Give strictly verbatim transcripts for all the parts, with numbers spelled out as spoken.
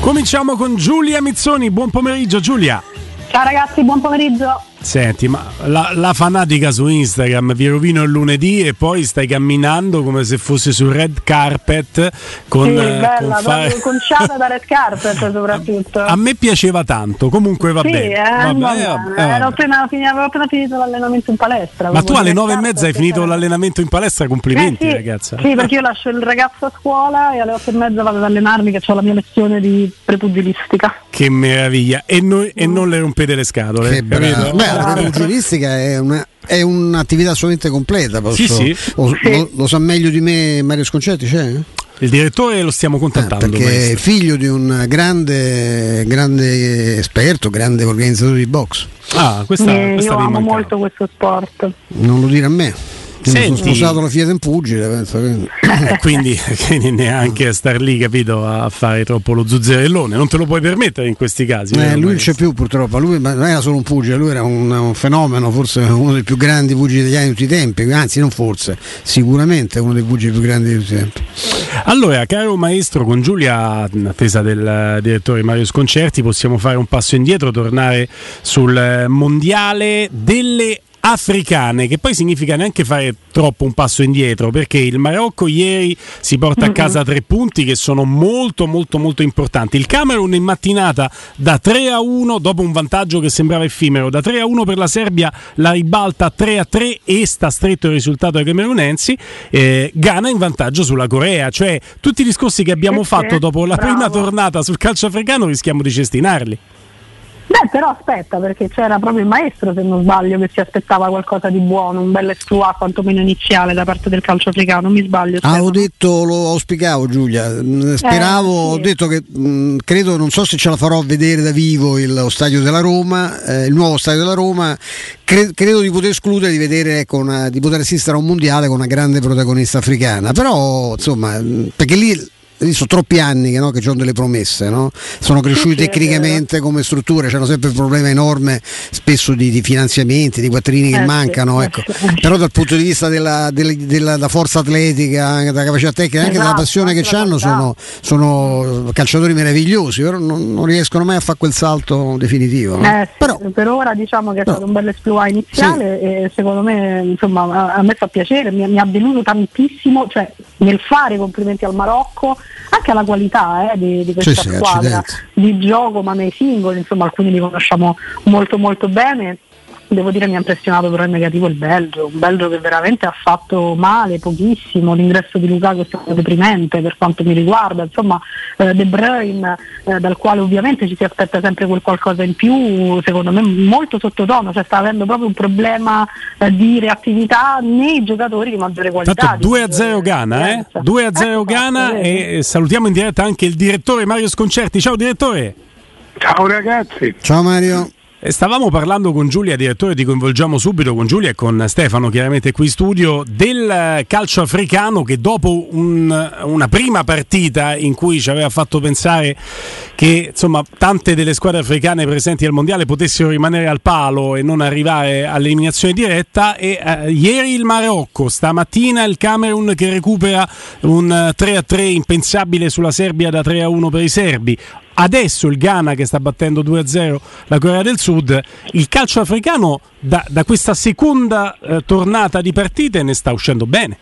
Cominciamo con Giulia Mizzoni. Buon pomeriggio Giulia. Ciao ragazzi, buon pomeriggio. Senti, ma la, la fanatica su Instagram, vi rovino il lunedì e poi stai camminando come se fosse sul red carpet con, sì, bella, con fare... conciata da red carpet soprattutto. A me piaceva tanto, comunque va sì, bene. Eh, vabbè, vabbè, eh, vabbè. Ero appena, avevo appena finito l'allenamento in palestra. Ma tu alle nove e mezza hai finito c'era... l'allenamento in palestra? Complimenti, eh, sì, ragazza. Sì, perché io lascio il ragazzo a scuola e alle otto e mezza vado ad allenarmi, che ho la mia lezione di prepugilistica. Che meraviglia! E, noi, mm. e non le rompete le scatole. Che bravo. Beh, la prepugilistica è una è un'attività assolutamente completa, posso, sì, sì. Lo, lo, lo sa meglio di me Mario Sconcerti, c'è? Il direttore lo stiamo contattando. Eh, perché maestro. È figlio di un grande grande esperto, grande organizzatore di box. Ah, questa, eh, questa io amo mancava. molto questo sport. Non lo dire a me. Senti, sono sposato la Fiat in pugile, penso, quindi. Eh, quindi, quindi neanche star lì, capito, a fare troppo lo zuzzerellone, non te lo puoi permettere in questi casi. Eh, lui non c'è più purtroppo, lui non era solo un pugile, lui era un, un fenomeno, forse uno dei più grandi pugili italiani di tutti i tempi, anzi non forse, sicuramente uno dei pugili più grandi di tutti i tempi. Allora, caro maestro, con Giulia, in attesa del direttore Mario Sconcerti, possiamo fare un passo indietro, tornare sul mondiale delle africane, che poi significa neanche fare troppo un passo indietro, perché il Marocco ieri si porta a casa tre punti che sono molto molto molto importanti. Il Camerun in mattinata da tre a uno, dopo un vantaggio che sembrava effimero, da tre a uno per la Serbia, la ribalta tre a tre e sta stretto il risultato ai camerunensi. eh, Ghana in vantaggio sulla Corea, cioè tutti i discorsi che abbiamo sì, fatto dopo la bravo. prima tornata sul calcio africano rischiamo di cestinarli. Beh, però aspetta, perché c'era proprio il maestro, se non sbaglio, che si aspettava qualcosa di buono, un bel exploit quantomeno iniziale da parte del calcio africano, mi sbaglio? Ah, ho detto, lo auspicavo Giulia, speravo, eh, sì. Ho detto che mh, credo, non so se ce la farò vedere da vivo il, lo stadio della Roma, eh, il nuovo stadio della Roma, cre- credo di poter escludere di vedere, ecco, una, di poter assistere a un mondiale con una grande protagonista africana, però insomma, perché lì sono troppi anni che, no, che c'hanno delle promesse, no? Sono cresciuti sì, tecnicamente come strutture, c'hanno sempre un problema enorme spesso di, di finanziamenti, di quattrini che eh, mancano, sì, ecco. Sì. Però dal punto di vista della, della, della, della forza atletica, della capacità tecnica, esatto, anche della passione che hanno, sono, sono calciatori meravigliosi, però non, non riescono mai a fare quel salto definitivo, no? eh, sì, però, per ora diciamo che è però, stato un bel esploit iniziale, sì. E secondo me, insomma, a, a me fa piacere, mi, mi ha deluso tantissimo, cioè nel fare complimenti al Marocco, anche alla qualità eh, di, di questa sì, squadra, accidenti. Di gioco, ma nei singoli, insomma alcuni li conosciamo molto molto bene. Devo dire mi ha impressionato però in negativo il Belgio, un Belgio che veramente ha fatto male, pochissimo. L'ingresso di Lukaku è stato deprimente per quanto mi riguarda, insomma eh, De Bruyne, eh, dal quale ovviamente ci si aspetta sempre quel qualcosa in più, secondo me molto sottotono, cioè sta avendo proprio un problema eh, di reattività nei giocatori di maggiore qualità. Tanto due a zero Ghana, eh? due a zero eh, Ghana fatto, e salutiamo in diretta anche il direttore Mario Sconcerti. Ciao direttore. Ciao ragazzi. Ciao Mario. Stavamo parlando con Giulia, direttore, ti coinvolgiamo subito con Giulia e con Stefano chiaramente qui in studio, del calcio africano che dopo un, una prima partita in cui ci aveva fatto pensare che insomma tante delle squadre africane presenti al mondiale potessero rimanere al palo e non arrivare all'eliminazione diretta, e eh, ieri il Marocco, stamattina il Camerun che recupera un tre a tre impensabile sulla Serbia da tre a uno per i serbi. Adesso il Ghana che sta battendo due a zero la Corea del Sud. Il calcio africano da, da questa seconda eh, tornata di partite ne sta uscendo bene.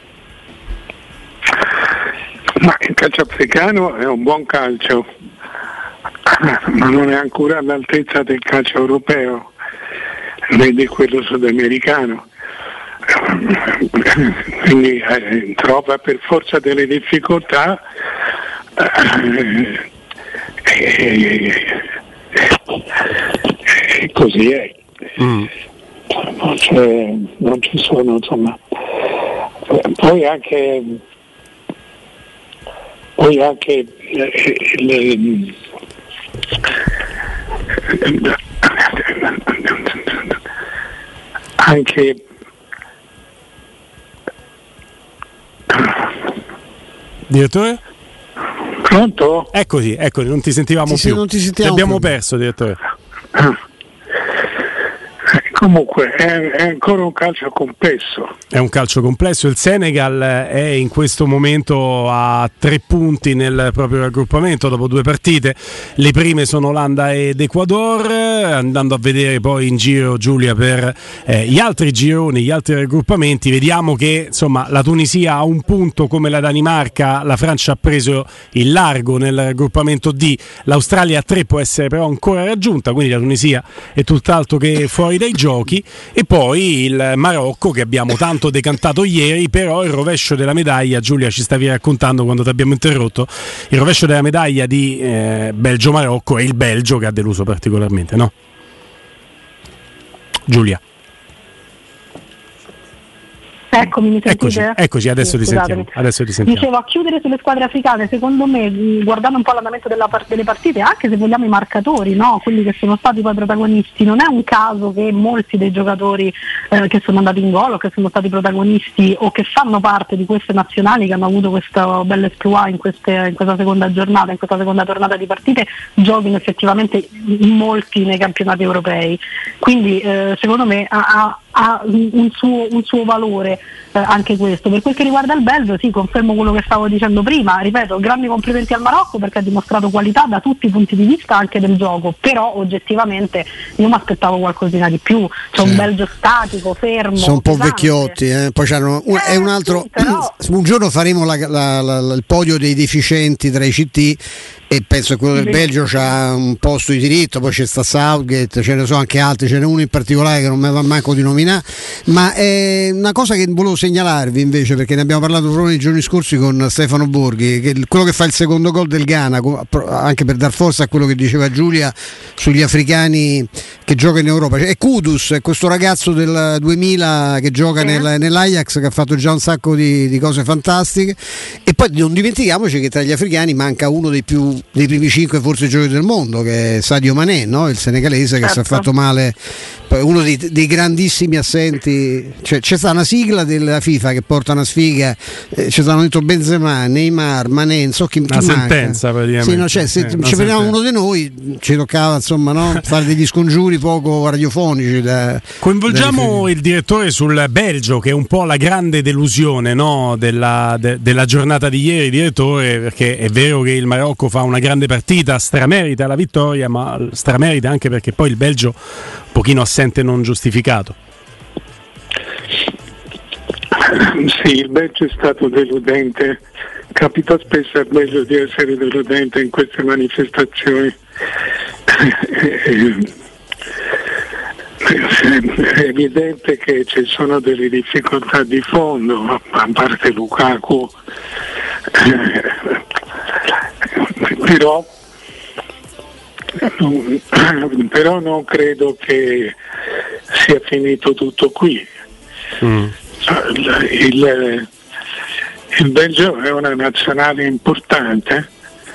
Ma il calcio africano è un buon calcio, ma non è ancora all'altezza del calcio europeo né di quello sudamericano. Quindi eh, trova per forza delle difficoltà. Eh, E, e così è, mm. non, c'è, non ci sono, insomma, poi anche poi anche il, anche direttore? Pronto? Eccoci, eccoci, non ti sentivamo sì, più. Sì, non ti, sentiamo ti abbiamo più. perso, direttore. Comunque è, è ancora un calcio complesso. È un calcio complesso. Il Senegal è in questo momento a tre punti nel proprio raggruppamento dopo due partite. Le prime sono Olanda ed Ecuador. Andando a vedere poi in giro, Giulia, per eh, gli altri gironi, gli altri raggruppamenti, vediamo che insomma la Tunisia ha un punto come la Danimarca, la Francia ha preso il largo nel raggruppamento D, l'Australia a tre può essere però ancora raggiunta, quindi la Tunisia è tutt'altro che fuori dai giochi, e poi il Marocco che abbiamo tanto decantato ieri, però il rovescio della medaglia, Giulia ci stavi raccontando quando ti abbiamo interrotto, il rovescio della medaglia di eh, Belgio-Marocco è il Belgio che ha deluso particolarmente, no? Giulia. Eccomi, mi sentite? Eccoci, eccoci adesso, sì, ti sentiamo, adesso ti sentiamo. Dicevo, a chiudere sulle squadre africane, secondo me, guardando un po' l'andamento della part- delle partite, anche se vogliamo i marcatori, no? Quelli che sono stati poi protagonisti, non è un caso che molti dei giocatori eh, che sono andati in gol o che sono stati protagonisti o che fanno parte di queste nazionali che hanno avuto questo bello exploit in, queste, in questa seconda giornata, in questa seconda tornata di partite, giochino effettivamente molti nei campionati europei. Quindi eh, secondo me ha, ha ha un suo, un suo valore eh, anche questo. Per quel che riguarda il Belgio, sì, confermo quello che stavo dicendo prima, ripeto, grandi complimenti al Marocco perché ha dimostrato qualità da tutti i punti di vista anche del gioco, però oggettivamente io mi aspettavo qualcosina di più, c'è sì. un Belgio statico, fermo, sono un po' pesante. vecchiotti, eh? Poi c'hanno un, eh, è un altro sì, però... un giorno faremo la, la, la, il podio dei deficienti tra i C T e penso che quello del Belgio c'ha un posto di diritto, poi c'è sta Southgate, ce ne sono anche altri, ce n'è uno in particolare che non mi va manco di nominare, ma è una cosa che volevo segnalarvi invece, perché ne abbiamo parlato proprio nei giorni scorsi con Stefano Borghi, che quello che fa il secondo gol del Ghana, anche per dar forza a quello che diceva Giulia sugli africani che gioca in Europa, è Kudus, è questo ragazzo del duemila che gioca eh. nel, nell'Ajax, che ha fatto già un sacco di, di cose fantastiche, e poi non dimentichiamoci che tra gli africani manca uno dei più dei primi cinque forse giocatori del mondo, che è Sadio Mané, no? Il senegalese che certo. si è fatto male, uno dei, dei grandissimi assenti. Cioè, c'è stata una sigla della FIFA che porta una sfiga, eh, ci stanno detto Benzema, Neymar, Mané, non so chi, chi una manca. sentenza praticamente. Sì, no, cioè, se eh, ci prendiamo uno di noi ci toccava insomma no? fare degli scongiuri poco radiofonici da, coinvolgiamo da il direttore sul Belgio, che è un po' la grande delusione, no? della, de, della giornata di ieri, direttore, perché è vero che il Marocco fa una grande partita, stramerita la vittoria, ma stramerita anche perché poi il Belgio un pochino assente non giustificato. Sì, il Belgio è stato deludente, capita spesso al Belgio di essere deludente in queste manifestazioni. È evidente che ci sono delle difficoltà di fondo, a parte Lukaku, però non, però non credo che sia finito tutto qui. Mm. Il, il Belgio è una nazionale importante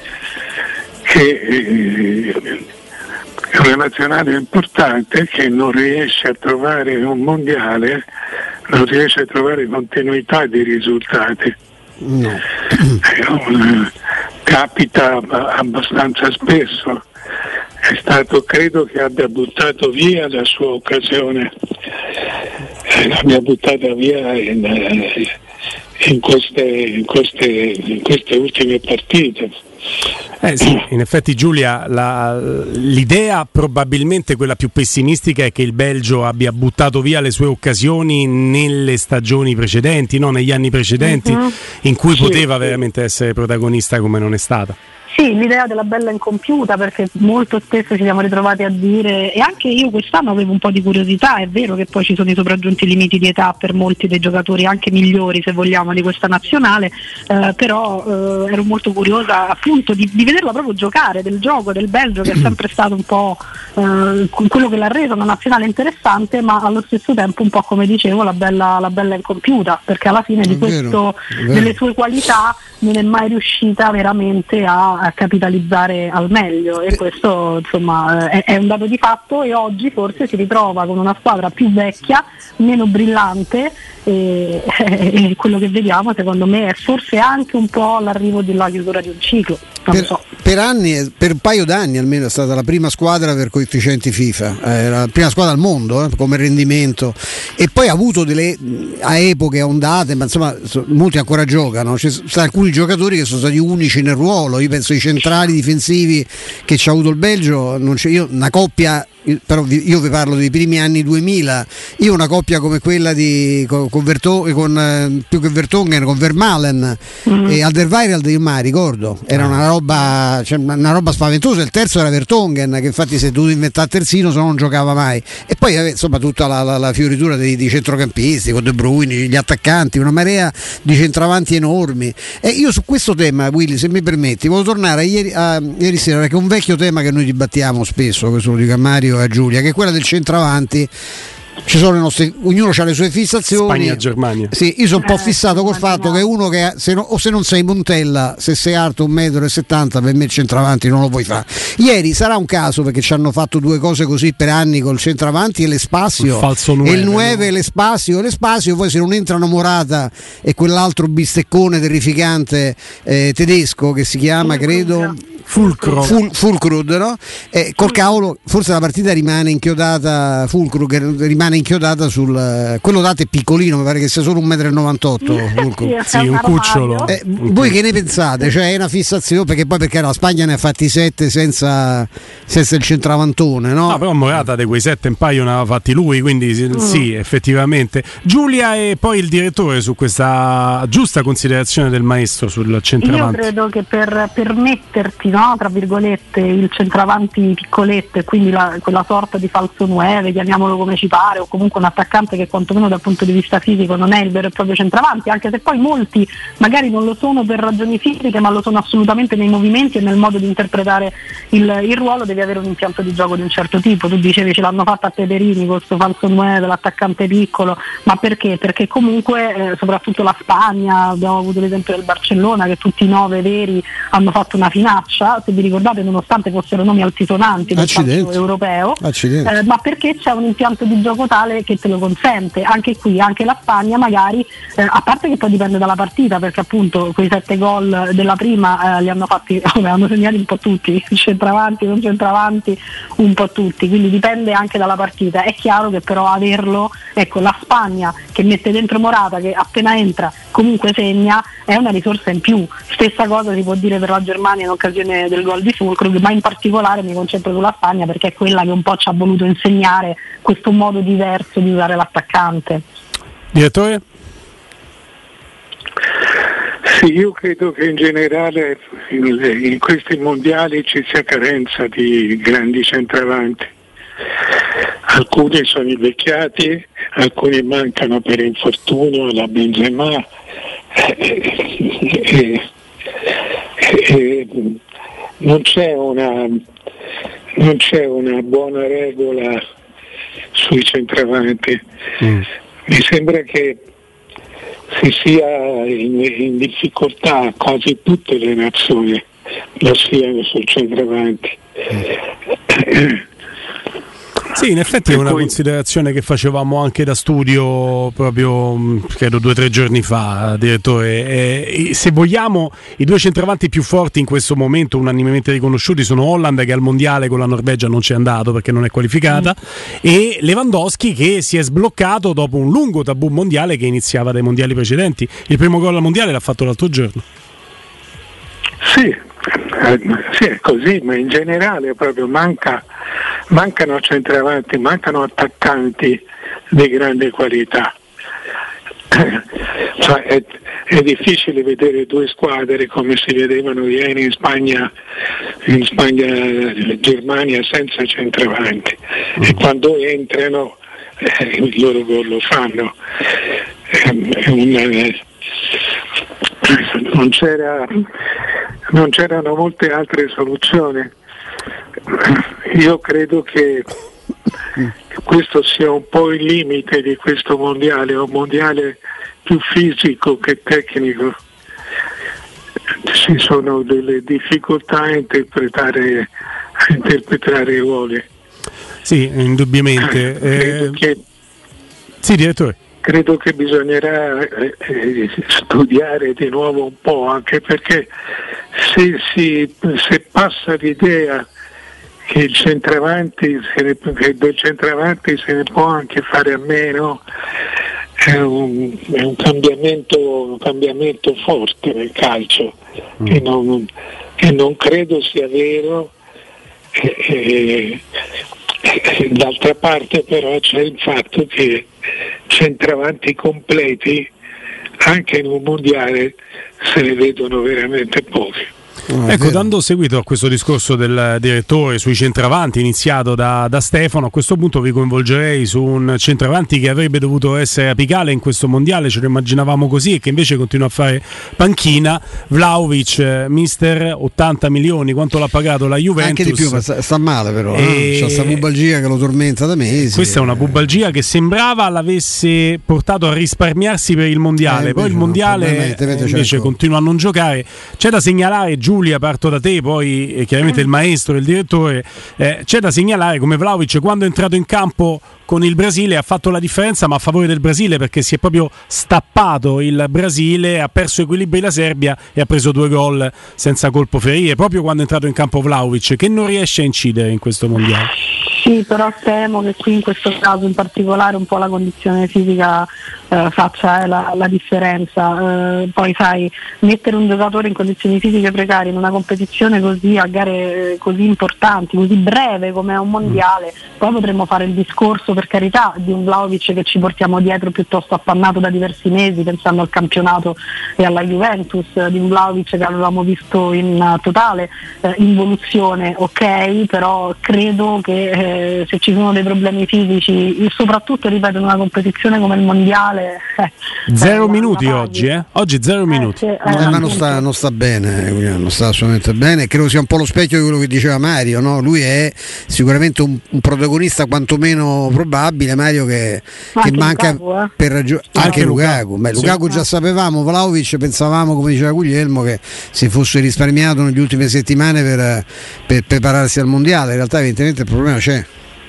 che è una nazionale importante che non riesce a trovare un mondiale, non riesce a trovare continuità di risultati. No. Un, capita abbastanza spesso. È stato, credo che abbia buttato via la sua occasione, eh, l'abbia buttata via in, in, queste, in, queste, in queste ultime partite. Eh sì, in effetti Giulia, la, l'idea probabilmente quella più pessimistica è che il Belgio abbia buttato via le sue occasioni nelle stagioni precedenti, no? Negli anni precedenti, uh-huh. in cui sì, poteva sì. veramente essere protagonista come non è stata. Sì, l'idea della bella incompiuta, perché molto spesso ci siamo ritrovati a dire, e anche io quest'anno avevo un po' di curiosità, è vero che poi ci sono i sopraggiunti limiti di età per molti dei giocatori anche migliori se vogliamo di questa nazionale, eh, però eh, ero molto curiosa appunto di, di vederla proprio giocare, del gioco del Belgio che è sempre stato un po' eh, quello che l'ha reso una nazionale interessante, ma allo stesso tempo un po' come dicevo la bella, la bella incompiuta, perché alla fine è di questo, vero, delle sue qualità non è mai riuscita veramente a a capitalizzare al meglio, e questo insomma è, è un dato di fatto, e oggi forse si ritrova con una squadra più vecchia, meno brillante, e, e quello che vediamo secondo me è forse anche un po' l'arrivo della chiusura di un ciclo. Per, so. per anni, per un paio d'anni almeno è stata la prima squadra per coefficienti FIFA, eh, la prima squadra al mondo eh, come rendimento, e poi ha avuto delle a epoche ondate, ma insomma molti ancora giocano. Ci sono alcuni giocatori che sono stati unici nel ruolo. Io penso ai centrali difensivi che ci ha avuto il Belgio, non c'è, io una coppia, però io vi parlo dei primi anni duemila, io una coppia come quella di con, con, Verto, con eh, più che Vertonghen, con Vermaelen mm-hmm. e Alderweireld, io mai ricordo, era una roba, cioè una roba spaventosa. Il terzo era Vertonghen, che infatti si è dovuto inventare terzino, se no non giocava mai. E poi insomma tutta la, la, la fioritura dei, dei centrocampisti con De Bruyne, gli attaccanti, una marea di centravanti enormi. E io su questo tema, Willy, se mi permetti, volevo tornare a ieri, a, ieri sera, che è un vecchio tema che noi dibattiamo spesso, questo lo dico a Mario a Giulia, che è quella del centravanti. Ci sono le nostre, ognuno ha le sue fissazioni. Spagna, Germania. Sì, io sono un po' fissato col fatto che uno che se no, o se non sei Montella, se sei alto un metro e settanta, per me il centravanti non lo puoi fare. Ieri sarà un caso perché ci hanno fatto due cose così per anni col centravanti e l'Espasio, il falso nueve, e il nueve e l'Espasio, l'Espasio poi se non entrano Morata e quell'altro bisteccone terrificante eh, tedesco che si chiama, credo Fulcro Ful, Fulkrud, no? Eh, col cavolo, forse la partita rimane inchiodata. Fulkrud rimane inchiodata sul quello dato è piccolino, mi pare che sia solo un metro e novantotto. Sì, un cucciolo. Eh, voi che ne pensate? Cioè è una fissazione, perché poi perché la Spagna ne ha fatti sette senza, senza il centravantone, no? No, però Morata di quei sette un paio ne aveva fatti lui, quindi sì, mm. sì, effettivamente. Giulia e poi il direttore su questa giusta considerazione del maestro sul centravanti. Io credo che per permetterti, no, tra virgolette, il centravanti piccoletto e quindi la, quella sorta di falso nueve, chiamiamolo come ci pare, o comunque un attaccante che quantomeno dal punto di vista fisico non è il vero e proprio centravanti, anche se poi molti magari non lo sono per ragioni fisiche, ma lo sono assolutamente nei movimenti e nel modo di interpretare il, il ruolo. Devi avere un impianto di gioco di un certo tipo. Tu dicevi ce l'hanno fatta a Pederini con questo falso nueve, l'attaccante piccolo, ma perché? Perché comunque eh, soprattutto la Spagna, abbiamo avuto l'esempio del Barcellona, che tutti i nove veri hanno fatto una finaccia, se vi ricordate, nonostante fossero nomi altisonanti del calcio europeo, eh, ma perché c'è un impianto di gioco tale che te lo consente. Anche qui, anche la Spagna magari, eh, a parte che poi dipende dalla partita, perché appunto quei sette gol della prima eh, li hanno fatti, hanno segnati un po' tutti, centravanti, non centravanti, un po' tutti, quindi dipende anche dalla partita. È chiaro che però averlo, ecco, la Spagna che mette dentro Morata, che appena entra comunque segna, è una risorsa in più. Stessa cosa si può dire per la Germania in occasione del gol di Fulcro, ma in particolare mi concentro sulla Spagna perché è quella che un po' ci ha voluto insegnare questo modo diverso di usare l'attaccante. Direttore? Sì, io credo che in generale in, in questi mondiali ci sia carenza di grandi centravanti. Alcuni sono invecchiati, alcuni mancano per infortunio, la Benzema e, e, e, non c'è una non c'è una buona regola sui centravanti. Mm. Mi sembra che si sia in, in difficoltà quasi tutte le nazioni lo siano sul centravanti. Mm. Sì, in effetti è una poi considerazione che facevamo anche da studio proprio credo due o tre giorni fa, direttore. E se vogliamo, i due centravanti più forti in questo momento, unanimemente riconosciuti, sono Holland, che al mondiale con la Norvegia non c'è andato perché non è qualificata, mm. e Lewandowski, che si è sbloccato dopo un lungo tabù mondiale che iniziava dai mondiali precedenti. Il primo gol al mondiale l'ha fatto l'altro giorno. Sì, eh, sì, è così, ma in generale proprio manca mancano centravanti, mancano attaccanti di grande qualità. Cioè, è, è difficile vedere due squadre come si vedevano ieri in Spagna, in Spagna Germania senza centravanti, mm. e quando entrano eh, il loro gol lo fanno. È una, non c'era non c'erano molte altre soluzioni. Io credo che questo sia un po' il limite di questo mondiale, un mondiale più fisico che tecnico. Ci sono delle difficoltà a interpretare, a interpretare i ruoli. Sì, indubbiamente. Eh, che, sì, direttore. credo che bisognerà eh, eh, studiare di nuovo un po', anche perché se, si, se passa l'idea che il centravanti se ne, che del centravanti se ne può anche fare a meno, è un, è un cambiamento un cambiamento forte nel calcio, mm. che, non, che non credo sia vero. E, e, e, d'altra parte però c'è il fatto che centravanti completi anche in un mondiale se ne vedono veramente pochi. Oh, ecco, dando seguito a questo discorso del direttore sui centravanti iniziato da, da Stefano, a questo punto vi coinvolgerei su un centravanti che avrebbe dovuto essere apicale in questo mondiale, ce lo immaginavamo così, e che invece continua a fare panchina. Vlahovic, mister, ottanta milioni, quanto l'ha pagato la Juventus? Anche di più, ma sta, sta male però, e... eh? C'ha sta bubalgia che lo tormenta da mesi. Questa è una bubalgia che sembrava l'avesse portato a risparmiarsi per il mondiale, eh, poi il mondiale no, invece certo. continua a non giocare. C'è da segnalare, Giulia, parto da te, poi eh, chiaramente il maestro e il direttore, eh, c'è da segnalare come Vlahovic quando è entrato in campo con il Brasile ha fatto la differenza, ma a favore del Brasile, perché si è proprio stappato il Brasile, ha perso equilibri la Serbia e ha preso due gol senza colpo ferire, proprio quando è entrato in campo Vlahovic, che non riesce a incidere in questo mondiale. Sì, però temo che qui in questo caso in particolare un po' la condizione fisica eh, faccia eh, la, la differenza. Eh, poi sai, mettere un giocatore in condizioni fisiche precarie in una competizione così, a gare eh, così importanti, così breve come è un mondiale, mm. poi potremmo fare il discorso, per carità, di un Vlahovic che ci portiamo dietro piuttosto appannato da diversi mesi, pensando al campionato e alla Juventus, di un Vlahovic che avevamo visto in uh, totale uh, involuzione, ok, però credo che eh, se ci sono dei problemi fisici, soprattutto ripeto in una competizione come il mondiale, eh, zero eh, minuti oggi, eh? Oggi zero eh, minuti. Sì, eh, no, ma non sta, non sta bene, non sta assolutamente bene. Credo sia un po' lo specchio di quello che diceva Mario, no? Lui è sicuramente un, un protagonista quantomeno probabile, Mario, che, che manca Lukaku, eh? per ragione anche, anche Lukaku. Beh, Lukaku sì. Già sapevamo, Vlahovic pensavamo, come diceva Guglielmo, che si fosse risparmiato nelle ultime settimane per, per prepararsi al mondiale. In realtà evidentemente il problema c'è.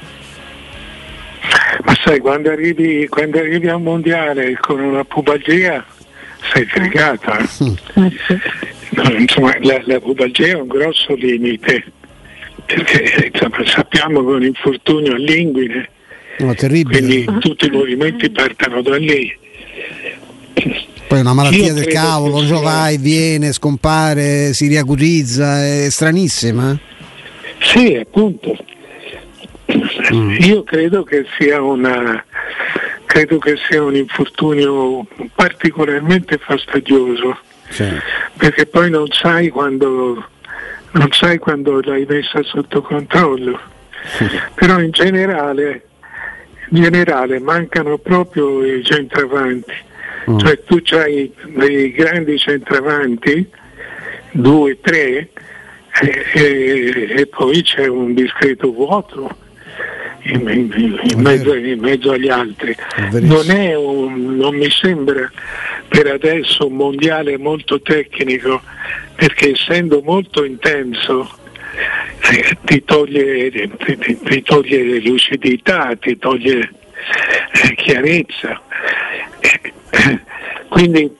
Ma sai, quando arrivi, quando arrivi al mondiale con una pubalgia sei fregato, eh? No, insomma, la, la pubalgia è un grosso limite, perché insomma, sappiamo che un infortunio all'inguine, no, terribile. Quindi tutti i movimenti partono da lì. Poi una malattia del cavolo, sia... vai, viene, scompare, si riacutizza, è stranissima. Sì, appunto. Mm. Io credo che sia una credo che sia un infortunio particolarmente fastidioso, sì. Perché poi non sai quando non sai quando l'hai messa sotto controllo, sì. Però in generale in generale mancano proprio i centravanti, mm. Cioè tu c'hai dei grandi centravanti, due, tre, e, e, e poi c'è un discreto vuoto In, in, in, mezzo, in mezzo agli altri. Non è un, non mi sembra per adesso un mondiale molto tecnico, perché essendo molto intenso eh, ti toglie ti, ti, ti toglie lucidità, ti toglie eh, chiarezza, eh, eh, quindi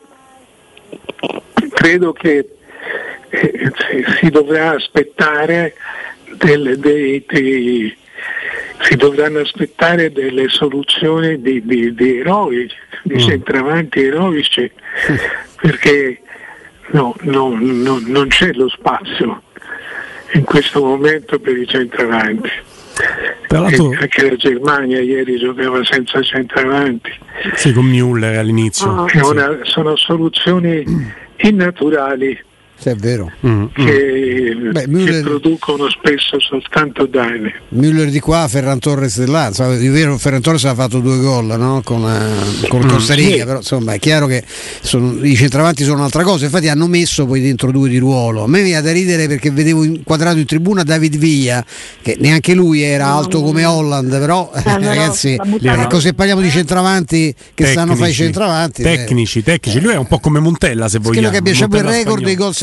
credo che eh, si dovrà aspettare del, dei, dei si dovranno aspettare delle soluzioni di, di, di eroi, di mm. centravanti eroici, mm. perché no, no, no, non c'è lo spazio in questo momento per i centravanti. L'altro... Anche la Germania ieri giocava senza centravanti. Sì, con Müller all'inizio. Oh. È una, sono soluzioni innaturali. Sì, è vero. Mm, che, mm. Beh, Müller, che producono spesso soltanto danni. Müller di qua, Ferran Torres di là. Di vero, Ferran Torres ha fatto due gol, no? Con, uh, con mm, Costa Rica, sì. Però insomma è chiaro che sono, i centravanti sono un'altra cosa. Infatti hanno messo poi dentro due di ruolo. A me mi ha da ridere perché vedevo inquadrato in tribuna David Villa, che neanche lui era alto come Holland, però eh, ragazzi, ecco, se parliamo di centravanti che tecnici, sanno fare i centravanti, tecnici, eh. tecnici, lui è un po' come Montella, se vogliamo. Credo che abbia il record dei gol segnati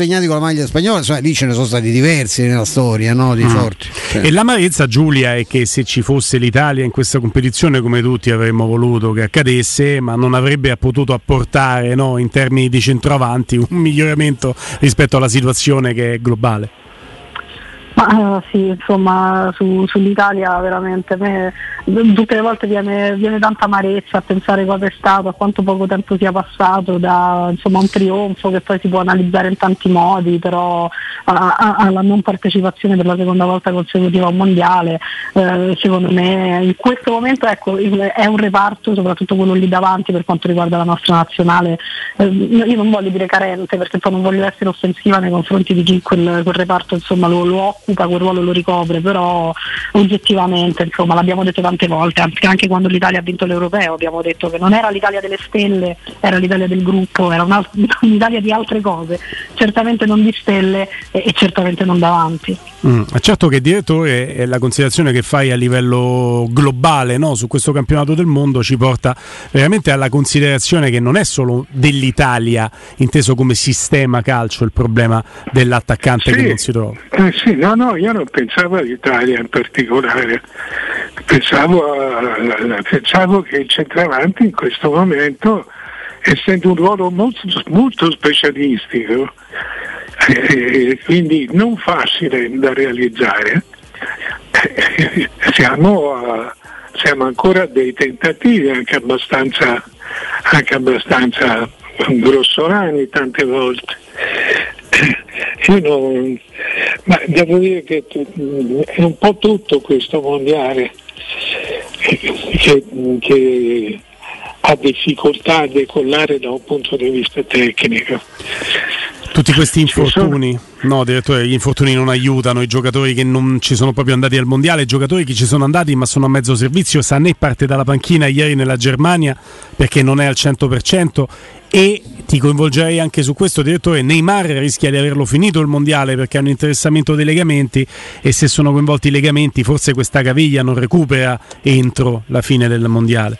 impegnati con la maglia spagnola, insomma, lì ce ne sono stati diversi nella storia, no? Di mm. forti. Sì. E l'amarezza, Giulia, è che se ci fosse l'Italia in questa competizione, come tutti avremmo voluto che accadesse, ma non avrebbe potuto apportare, no, in termini di centroavanti, un miglioramento rispetto alla situazione che è globale. Ma uh, sì, insomma, su, sull'Italia veramente a me tutte le volte viene, viene tanta amarezza a pensare cosa è stato, a quanto poco tempo sia passato da, insomma, un trionfo che poi si può analizzare in tanti modi, però alla non partecipazione per la seconda volta consecutiva a un mondiale, eh, secondo me in questo momento, ecco, è un reparto, soprattutto quello lì davanti per quanto riguarda la nostra nazionale, eh, io non voglio dire carente, perché poi non voglio essere offensiva nei confronti di chi quel, quel reparto, insomma, lo, lo occupa, quel ruolo lo ricopre, però oggettivamente, insomma, l'abbiamo detto tante volte, anche quando l'Italia ha vinto l'Europeo abbiamo detto che non era l'Italia delle stelle, era l'Italia del gruppo, era un'Italia di altre cose, certamente non di stelle e, e certamente non davanti. Mm, certo che, direttore, è la considerazione che fai a livello globale, no, su questo campionato del mondo ci porta veramente alla considerazione che non è solo dell'Italia inteso come sistema calcio il problema dell'attaccante, sì, che non si trova. Eh sì, no, no, io non pensavo all'Italia in particolare, pensavo, a, a, pensavo che il centravanti in questo momento, essendo un ruolo molto, molto specialistico, e quindi non facile da realizzare, siamo, a, siamo ancora a dei tentativi anche abbastanza, anche abbastanza grossolani tante volte. Io non, ma devo dire che è un po' tutto questo mondiale che, che ha difficoltà a decollare da un punto di vista tecnico. Tutti questi infortuni, no, direttore, gli infortuni non aiutano, i giocatori che non ci sono proprio andati al mondiale, i giocatori che ci sono andati ma sono a mezzo servizio. Sané parte dalla panchina ieri nella Germania perché non è al cento per cento, e ti coinvolgerei anche su questo, direttore. Neymar rischia di averlo finito il mondiale perché ha un interessamento dei legamenti, e se sono coinvolti i legamenti forse questa caviglia non recupera entro la fine del mondiale.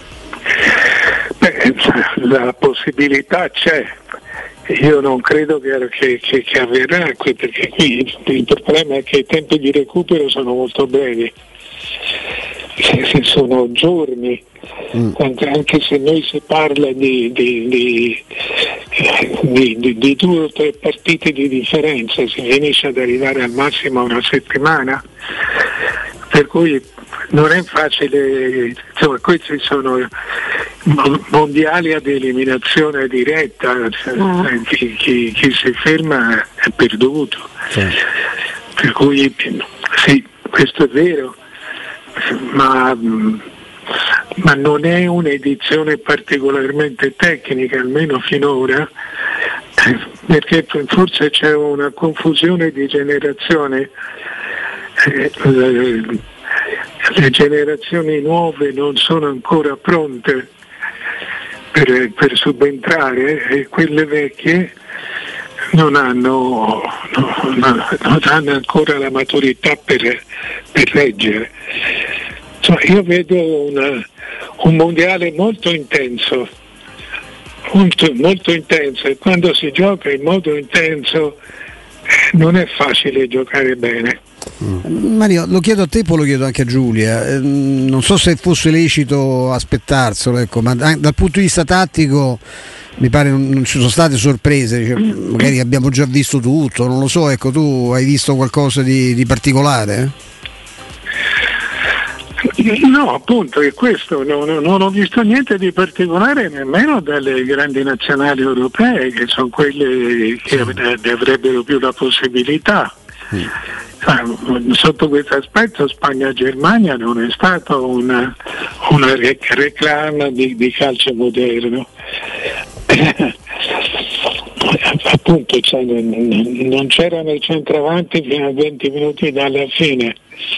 Beh, la possibilità c'è. Io non credo che, che, che, che avverrà qui, perché qui il problema è che i tempi di recupero sono molto brevi, sono giorni, mm. anche se noi si parla di, di, di, di, di, di due o tre partite di differenza, si finisce ad arrivare al massimo a una settimana, per cui non è facile, insomma, questi sono mondiali ad eliminazione diretta, mm. chi, chi, chi si ferma è perduto, sì. Per cui sì, questo è vero, ma, ma non è un'edizione particolarmente tecnica, almeno finora, perché forse c'è una confusione di generazione. Eh, le, le generazioni nuove non sono ancora pronte per, per subentrare, e quelle vecchie non hanno, non, non hanno ancora la maturità per, per reggere. Insomma, io vedo una, un mondiale molto intenso, molto, molto intenso, e quando si gioca in modo intenso non è facile giocare bene. Mario, lo chiedo a te, poi lo chiedo anche a Giulia. Eh, non so se fosse lecito aspettarselo, ecco, ma da, dal punto di vista tattico mi pare non, non ci sono state sorprese, cioè, magari abbiamo già visto tutto, non lo so, ecco, tu hai visto qualcosa di, di particolare? No, appunto, è questo, no, no, non ho visto niente di particolare nemmeno dalle grandi nazionali europee, che sono quelle che avrebbero più la possibilità. Mm. Sotto questo aspetto Spagna-Germania non è stato una, una reclama di, di calcio moderno. Appunto, cioè, non c'erano i centravanti fino a venti minuti dalla fine.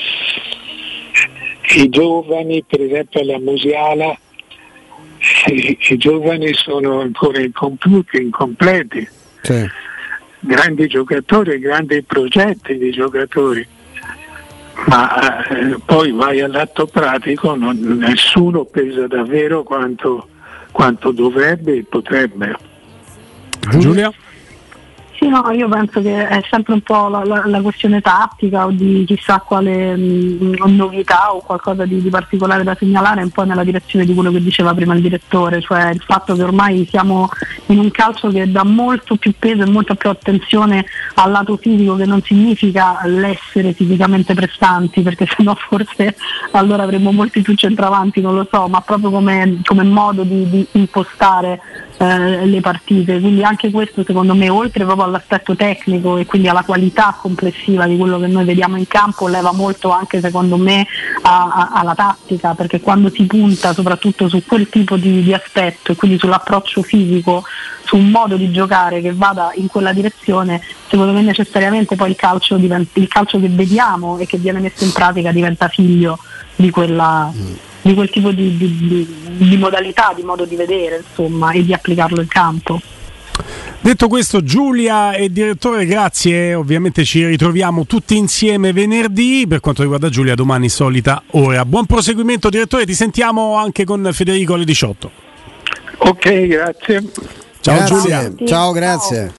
I giovani, per esempio alla Musiala, i, i giovani sono ancora incompiuti, incompleti. Sì. Grandi giocatori, grandi progetti di giocatori, ma eh, poi vai all'atto pratico, non, nessuno pesa davvero quanto, quanto dovrebbe e potrebbe. Giulia? Sì, no, io penso che è sempre un po' la, la, la questione tattica o di chissà quale mh, novità o qualcosa di, di particolare da segnalare, un po' nella direzione di quello che diceva prima il direttore, cioè il fatto che ormai siamo in un calcio che dà molto più peso e molta più attenzione al lato fisico, che non significa l'essere fisicamente prestanti, perché sennò forse allora avremmo molti più centravanti, non lo so, ma proprio come, come modo di, di impostare eh, le partite. Quindi anche questo secondo me, oltre proprio all'aspetto tecnico e quindi alla qualità complessiva di quello che noi vediamo in campo, leva molto anche secondo me a, a, alla tattica, perché quando si punta soprattutto su quel tipo di, di aspetto e quindi sull'approccio fisico, su un modo di giocare che vada in quella direzione, secondo me necessariamente poi il calcio, diventa, il calcio che vediamo e che viene messo in pratica diventa figlio di quella mm. di quel tipo di, di, di, di modalità, di modo di vedere, insomma, e di applicarlo in campo. Detto questo, Giulia e direttore, grazie. Ovviamente ci ritroviamo tutti insieme venerdì. Per quanto riguarda Giulia, domani solita ora. Buon proseguimento, direttore. Ti sentiamo anche con Federico alle diciotto. Ok, grazie. Ciao grazie. Giulia. Ciao, grazie.